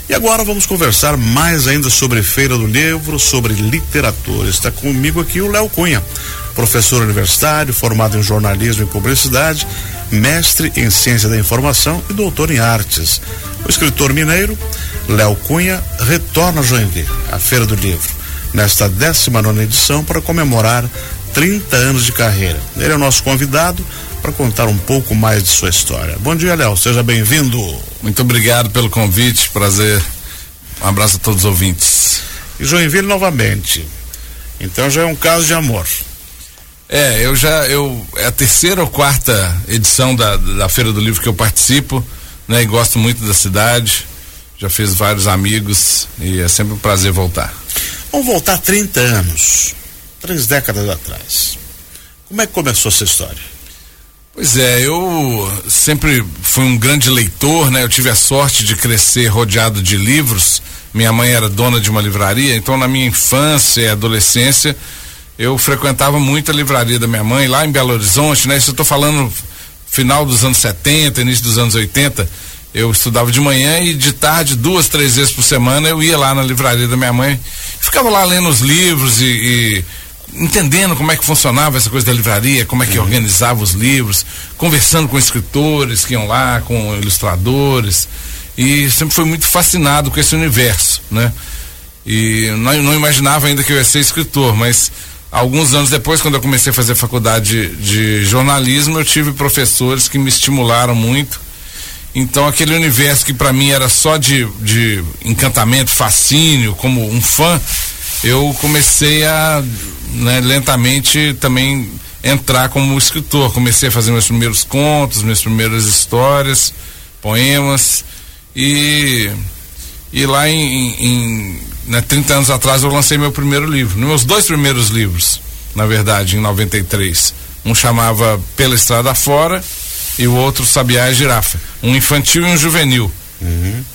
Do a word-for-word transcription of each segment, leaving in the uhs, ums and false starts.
E agora vamos conversar mais ainda sobre Feira do Livro, sobre literatura. Está comigo aqui o Léo Cunha, professor universitário, formado em jornalismo e publicidade, mestre em ciência da informação e doutor em artes. O escritor mineiro Léo Cunha retorna a Joinville, à Feira do Livro, nesta décima nona edição, para comemorar trinta anos de carreira. Ele é o nosso convidado para contar um pouco mais de sua história. Bom dia, Léo, seja bem-vindo. Muito obrigado pelo convite, prazer. Um abraço a todos os ouvintes. E Joinville novamente. Então já é um caso de amor. É, eu já, eu, é a terceira ou quarta edição da, da Feira do Livro que eu participo, né? E gosto muito da cidade, já fiz vários amigos e é sempre um prazer voltar. Vamos voltar trinta anos, três décadas atrás. Como é que começou essa história? Pois é, eu sempre fui um grande leitor, né? Eu tive a sorte de crescer rodeado de livros. Minha mãe era dona de uma livraria, então na minha infância e adolescência eu frequentava muito a livraria da minha mãe lá em Belo Horizonte, né? Isso eu tô falando final dos anos setenta, início dos anos oitenta. Eu estudava de manhã e de tarde, duas, três vezes por semana, eu ia lá na livraria da minha mãe, ficava lá lendo os livros e, e entendendo como é que funcionava essa coisa da livraria, como é que uhum. organizava os livros, conversando com escritores que iam lá, com ilustradores, e sempre fui muito fascinado com esse universo, né? E não, não imaginava ainda que eu ia ser escritor, mas alguns anos depois, quando eu comecei a fazer faculdade de, de jornalismo, eu tive professores que me estimularam muito. Então aquele universo que para mim era só de, de encantamento, fascínio, como um fã, eu comecei a, né, lentamente também entrar como escritor. Comecei a fazer meus primeiros contos, minhas primeiras histórias, poemas, e, e lá em, em né, trinta anos atrás eu lancei meu primeiro livro, meus dois primeiros livros, na verdade, em noventa e três. Um chamava Pela Estrada Fora e o outro Sabiá e Girafa, um infantil e um juvenil. Uhum.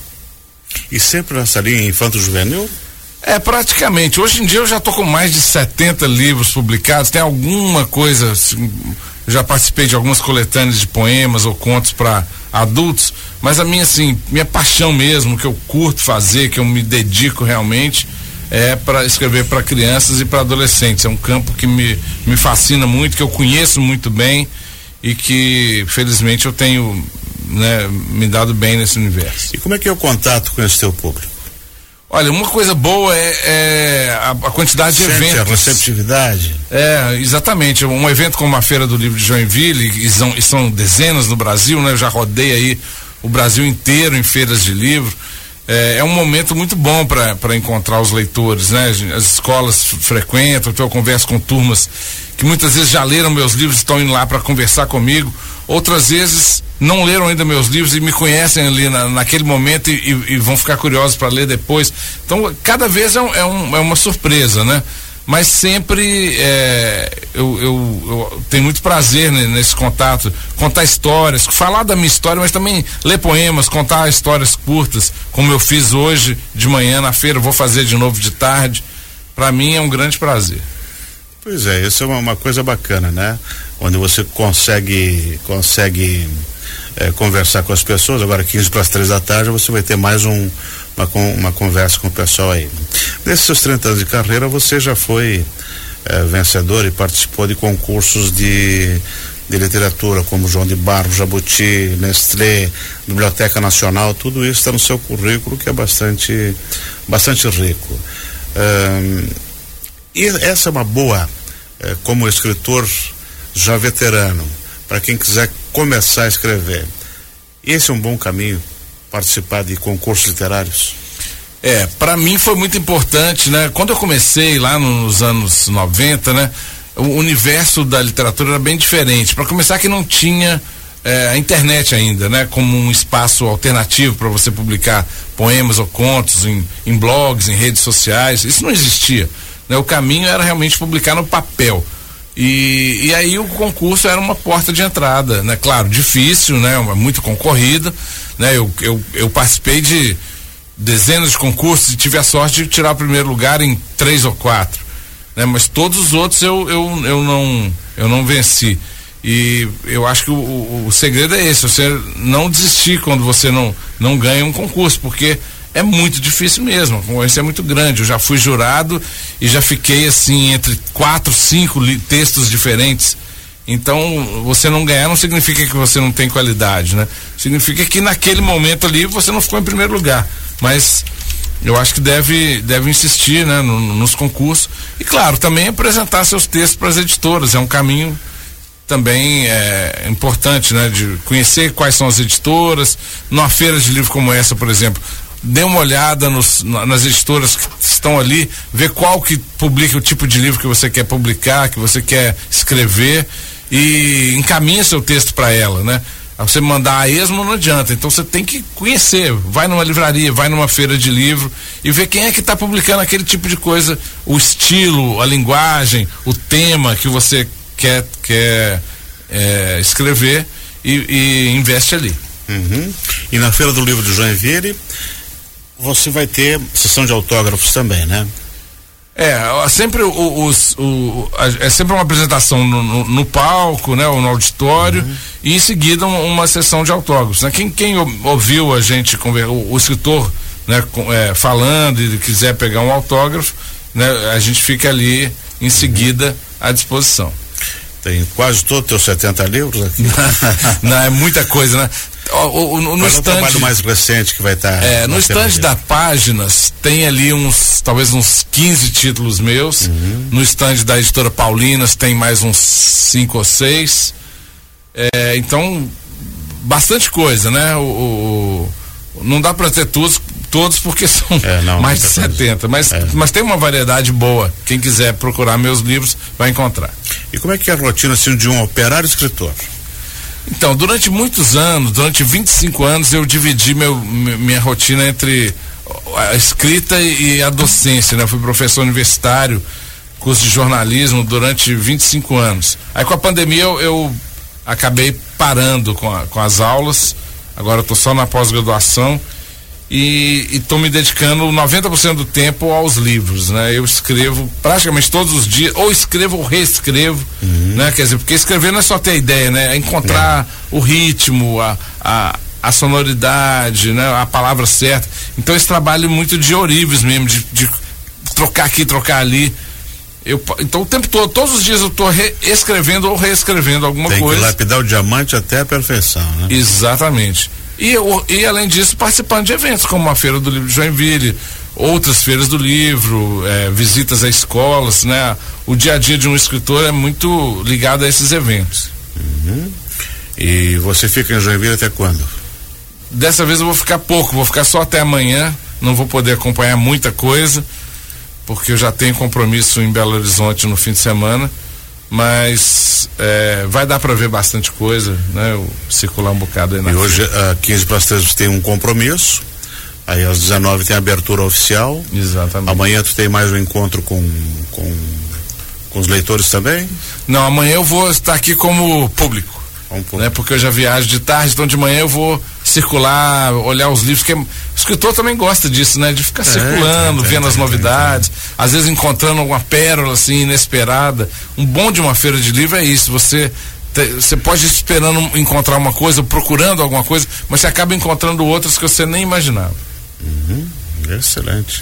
E sempre nessa linha infanto-juvenil? É, praticamente. Hoje em dia eu já tô com mais de setenta livros publicados, tem alguma coisa, assim, já participei de algumas coletâneas de poemas ou contos para adultos, mas a minha, assim, minha paixão mesmo, que eu curto fazer, que eu me dedico realmente, é para escrever para crianças e para adolescentes. É um campo que me, me fascina muito, que eu conheço muito bem e que felizmente eu tenho, né, me dado bem nesse universo. E como é que é o contato com esse teu público? Olha, uma coisa boa é, é a, a quantidade de Sente eventos. A receptividade. É, exatamente. Um evento como a Feira do Livro de Joinville, e são, e são dezenas no Brasil, né? Eu já rodei aí o Brasil inteiro em feiras de livro. É, é um momento muito bom para encontrar os leitores, né? As escolas frequentam, então eu converso com turmas que muitas vezes já leram meus livros, estão indo lá para conversar comigo. Outras vezes não leram ainda meus livros e me conhecem ali na, naquele momento e, e, e vão ficar curiosos para ler depois. Então, cada vez é, um, é, um, é uma surpresa, né? Mas sempre é, eu, eu, eu tenho muito prazer nesse contato, contar histórias, falar da minha história, mas também ler poemas, contar histórias curtas, como eu fiz hoje de manhã na feira, vou fazer de novo de tarde. Para mim é um grande prazer. Pois é, isso é uma, uma coisa bacana, né? Onde você consegue consegue é, conversar com as pessoas. Agora quinze para as três da tarde você vai ter mais um uma, uma conversa com o pessoal aí. Nesses seus trinta anos de carreira você já foi é, vencedor e participou de concursos de, de literatura como João de Barros, Jabuti, Nestlé, Biblioteca Nacional. Tudo isso está no seu currículo, que é bastante bastante rico. Um, e essa é uma boa, é, como escritor já veterano, para quem quiser começar a escrever. Esse é um bom caminho, participar de concursos literários? É, para mim foi muito importante, né? Quando eu comecei lá nos anos noventa, né? O universo da literatura era bem diferente. Para começar, que não tinha é, a internet ainda, né? Como um espaço alternativo para você publicar poemas ou contos em, em blogs, em redes sociais. Isso não existia, né? O caminho era realmente publicar no papel. E, e aí o concurso era uma porta de entrada, né? Claro, difícil, né? Muito concorrido, né? Eu, eu, eu participei de dezenas de concursos e tive a sorte de tirar o primeiro lugar em três ou quatro, né? Mas todos os outros eu, eu, eu, não, eu não venci. E eu acho que o, o, o segredo é esse, você não desistir quando você não, não ganha um concurso, porque é muito difícil mesmo, a concorrência é muito grande. Eu já fui jurado e já fiquei assim entre quatro, cinco li- textos diferentes. Então, você não ganhar não significa que você não tem qualidade, né? Significa que naquele momento ali você não ficou em primeiro lugar. Mas eu acho que deve, deve insistir, né, no, nos concursos. E claro, também apresentar seus textos para as editoras. É um caminho também é, importante, né? De conhecer quais são as editoras. Numa feira de livro como essa, por exemplo, dê uma olhada nos, nas editoras que estão ali, ver qual que publica o tipo de livro que você quer publicar, que você quer escrever, e encaminha seu texto para ela, né? Você mandar a esmo não adianta, então você tem que conhecer, vai numa livraria, vai numa feira de livro e ver quem é que está publicando aquele tipo de coisa, o estilo, a linguagem, o tema que você quer, quer é, escrever e, e investe ali. Uhum. E na Feira do Livro de Joinville você vai ter sessão de autógrafos também, né? É, sempre o, os, o, a, é sempre uma apresentação no, no, no palco, né, ou no auditório, uhum. E em seguida uma, uma sessão de autógrafos, né? Quem, quem ouviu a gente, o, o escritor, né, com, é, falando e quiser pegar um autógrafo, né, a gente fica ali em seguida uhum. à disposição. Tem quase todos os teus setenta livros aqui. Não, é muita coisa, né? O, o, no Qual é stand, o trabalho mais recente que vai estar? Tá é, no stand da Páginas tem ali uns, talvez uns quinze títulos meus. Uhum. No stand da editora Paulinas tem mais uns cinco ou seis. É, então, bastante coisa, né? O, o, não dá para ter todos, todos porque são é, não, mais de setenta, mas, é. mas tem uma variedade boa. Quem quiser procurar meus livros vai encontrar. E como é que é a rotina assim, de um operário escritor? Então, durante muitos anos, durante vinte e cinco anos, eu dividi meu, minha rotina entre a escrita e a docência, né? Eu fui professor universitário, curso de jornalismo durante vinte e cinco anos. Aí com a pandemia eu, eu acabei parando com, a, com as aulas, agora eu tô só na pós-graduação e estou me dedicando noventa por cento do tempo aos livros, né? Eu escrevo praticamente todos os dias, ou escrevo ou reescrevo, uhum. né? Quer dizer, porque escrever não é só ter ideia, né? É encontrar é. o ritmo, a, a, a sonoridade, né? A palavra certa. Então esse trabalho muito de ourives mesmo, de, de trocar aqui, trocar ali. Eu, então o tempo todo, todos os dias eu estou escrevendo ou reescrevendo alguma Tem coisa. Tem que lapidar o diamante até a perfeição, né? Exatamente. E, e além disso, participando de eventos como a Feira do Livro de Joinville, outras feiras do livro, é, visitas a escolas, né? O dia a dia de um escritor é muito ligado a esses eventos. Uhum. E você fica em Joinville até quando? Dessa vez eu vou ficar pouco, vou ficar só até amanhã, não vou poder acompanhar muita coisa, porque eu já tenho compromisso em Belo Horizonte no fim de semana. Mas é, vai dar para ver bastante coisa, né? Eu circular um bocado aí na E hoje, às quinze para as três, você tem um compromisso. Aí às dezenove tem a abertura oficial. Exatamente. Amanhã tu tem mais um encontro com, com, com os leitores também? Não, amanhã eu vou estar aqui como público. Um né? Porque eu já viajo de tarde, então de manhã eu vou circular, olhar os livros, que o escritor também gosta disso, né? De ficar é, circulando, é, vendo é, as novidades, é, é. às vezes encontrando alguma pérola assim, inesperada. Um bom de uma feira de livro é isso, você te, você pode ir esperando encontrar uma coisa, procurando alguma coisa, mas você acaba encontrando outras que você nem imaginava. Uhum, excelente.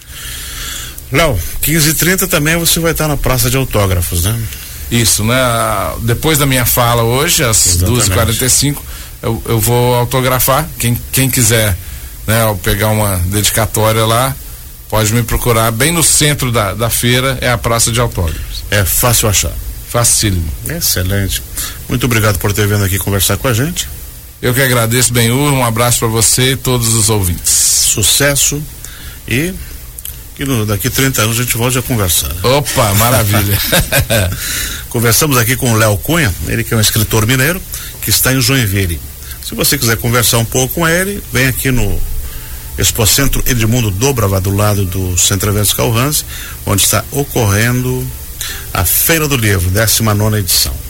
Léo, quinze e trinta também você vai estar na Praça de Autógrafos, né? Isso, né? Depois da minha fala hoje, às duas e quarenta e cinco, eu, eu vou autografar. Quem, quem quiser, né, eu pegar uma dedicatória lá, pode me procurar bem no centro da, da feira, é a Praça de Autógrafos. É fácil achar. Facílimo. Excelente. Muito obrigado por ter vindo aqui conversar com a gente. Eu que agradeço, Benhur, um abraço para você e todos os ouvintes. Sucesso e que no, daqui trinta anos a gente volta a conversar. Opa, maravilha. Conversamos aqui com o Léo Cunha, ele que é um escritor mineiro que está em Joinville. Se você quiser conversar um pouco com ele, vem aqui no Expocentro Edmundo Dobrava, do lado do Centro Eventos Calhans, onde está ocorrendo a Feira do Livro, décima nona edição.